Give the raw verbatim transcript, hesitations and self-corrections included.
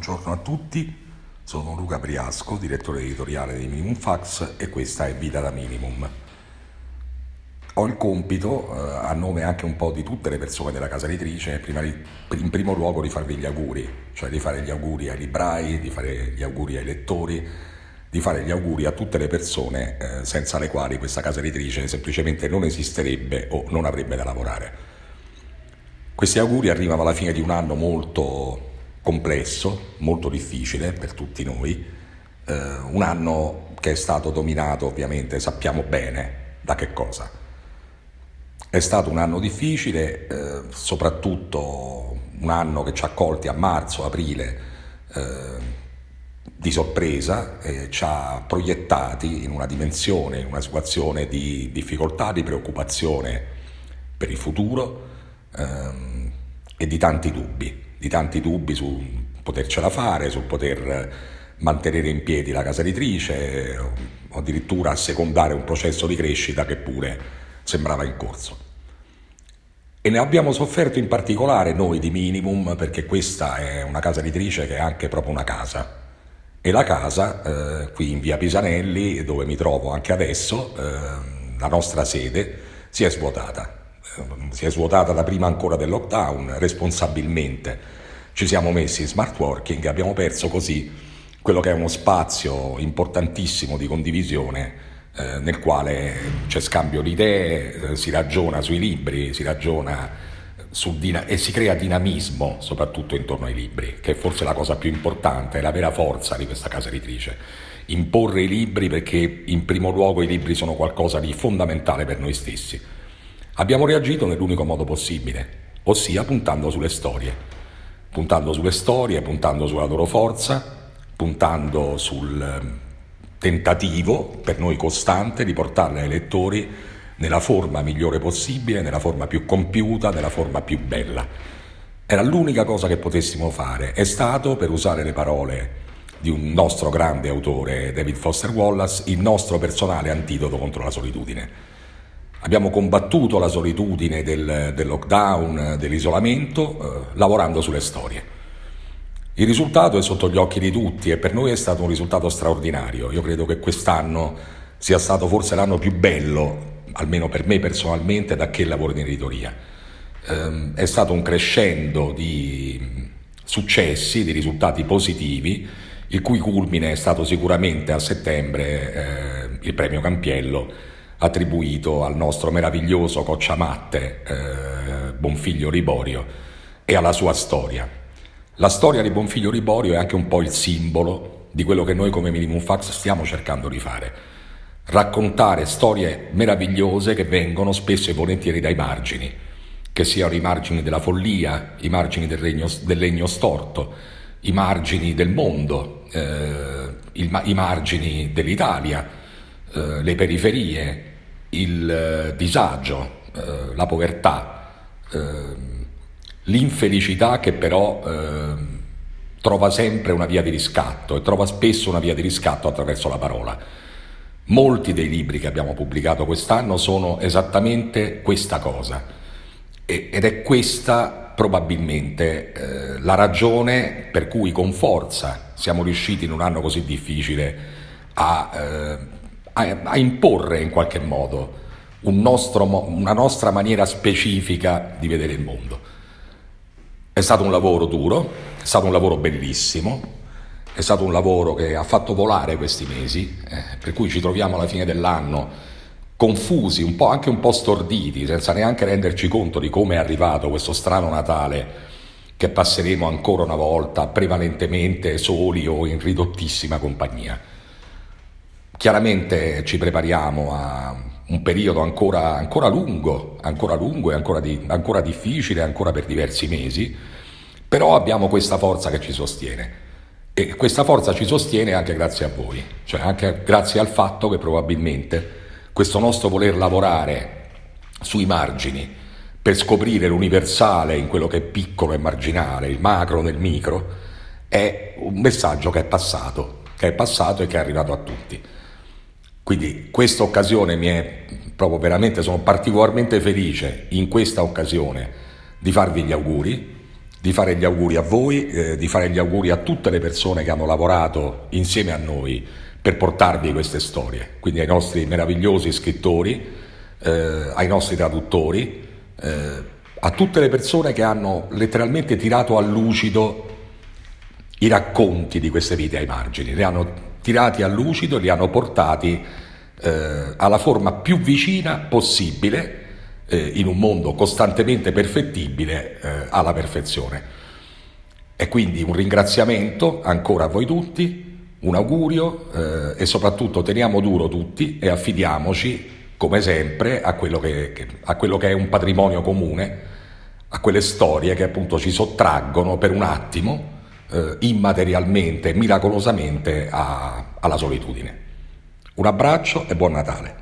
Buongiorno a tutti, sono Luca Briasco, direttore editoriale di Minimum Fax e questa è Vita da Minimum. Ho il compito, eh, a nome anche un po' di tutte le persone della casa editrice, prima di, in primo luogo di farvi gli auguri, cioè di fare gli auguri ai librai, di fare gli auguri ai lettori, di fare gli auguri a tutte le persone eh, senza le quali questa casa editrice semplicemente non esisterebbe o non avrebbe da lavorare. Questi auguri arrivano alla fine di un anno molto complesso, molto difficile per tutti noi, eh, un anno che è stato dominato, ovviamente sappiamo bene da che cosa. È stato un anno difficile, eh, soprattutto un anno che ci ha colti a marzo, aprile, eh, di sorpresa, eh, ci ha proiettati in una dimensione, in una situazione di difficoltà, di preoccupazione per il futuro ehm, e di tanti dubbi. di tanti dubbi su potercela fare, sul poter mantenere in piedi la casa editrice o addirittura assecondare un processo di crescita che pure sembrava in corso. E ne abbiamo sofferto in particolare noi di Minimum, perché questa è una casa editrice che è anche proprio una casa. E la casa, eh, qui in via Pisanelli, dove mi trovo anche adesso, eh, la nostra sede, si è svuotata. Si è svuotata da prima ancora del lockdown, responsabilmente ci siamo messi in smart working e abbiamo perso così quello che è uno spazio importantissimo di condivisione eh, nel quale c'è scambio di idee, eh, si ragiona sui libri, si ragiona sul dina- e si crea dinamismo soprattutto intorno ai libri, che è forse la cosa più importante, è la vera forza di questa casa editrice. Imporre i libri, perché in primo luogo i libri sono qualcosa di fondamentale per noi stessi. Abbiamo reagito nell'unico modo possibile, ossia puntando sulle storie, puntando sulle storie, puntando sulla loro forza, puntando sul tentativo, per noi costante, di portarle ai lettori nella forma migliore possibile, nella forma più compiuta, nella forma più bella. Era l'unica cosa che potessimo fare, è stato, per usare le parole di un nostro grande autore, David Foster Wallace, il nostro personale antidoto contro la solitudine. Abbiamo combattuto la solitudine del, del lockdown, dell'isolamento, eh, lavorando sulle storie. Il risultato è sotto gli occhi di tutti e per noi è stato un risultato straordinario. Io credo che quest'anno sia stato forse l'anno più bello, almeno per me personalmente, da che lavoro in editoria. Eh, è stato un crescendo di successi, di risultati positivi, il cui culmine è stato sicuramente a settembre eh, il premio Campiello, attribuito al nostro meraviglioso Cocciamatte eh, Bonfiglio Liborio e alla sua storia. La storia di Bonfiglio Liborio è anche un po' il simbolo di quello che noi come Minimum Fax stiamo cercando di fare: raccontare storie meravigliose che vengono spesso e volentieri dai margini, che siano i margini della follia, i margini del, regno, del legno storto, i margini del mondo, eh, il, i margini dell'Italia, eh, le periferie, il eh, disagio, eh, la povertà, eh, l'infelicità che però eh, trova sempre una via di riscatto e trova spesso una via di riscatto attraverso la parola. Molti dei libri che abbiamo pubblicato quest'anno sono esattamente questa cosa e, ed è questa probabilmente eh, la ragione per cui con forza siamo riusciti in un anno così difficile a eh, a imporre in qualche modo un nostro, una nostra maniera specifica di vedere il mondo. È stato un lavoro duro, è stato un lavoro bellissimo, è stato un lavoro che ha fatto volare questi mesi, eh, per cui ci troviamo alla fine dell'anno confusi, un po', anche un po' storditi, senza neanche renderci conto di come è arrivato questo strano Natale che passeremo ancora una volta prevalentemente soli o in ridottissima compagnia. Chiaramente ci prepariamo a un periodo ancora, ancora lungo, ancora lungo e ancora, di, ancora difficile, ancora per diversi mesi, però abbiamo questa forza che ci sostiene e questa forza ci sostiene anche grazie a voi, cioè anche grazie al fatto che probabilmente questo nostro voler lavorare sui margini per scoprire l'universale in quello che è piccolo e marginale, il macro nel micro, è un messaggio che è passato, che è passato e che è arrivato a tutti. Quindi questa occasione mi è proprio veramente, sono particolarmente felice in questa occasione di farvi gli auguri, di fare gli auguri a voi, eh, di fare gli auguri a tutte le persone che hanno lavorato insieme a noi per portarvi queste storie, quindi ai nostri meravigliosi scrittori, eh, ai nostri traduttori, eh, a tutte le persone che hanno letteralmente tirato a lucido i racconti di queste vite ai margini, li hanno tirati a lucido e li hanno portati eh, alla forma più vicina possibile, eh, in un mondo costantemente perfettibile, eh, alla perfezione. E quindi un ringraziamento ancora a voi tutti, un augurio, eh, e soprattutto teniamo duro tutti e affidiamoci come sempre a quello che, che, a quello che è un patrimonio comune, a quelle storie che appunto ci sottraggono per un attimo, eh, immaterialmente, miracolosamente, a, alla solitudine. Un abbraccio e buon Natale.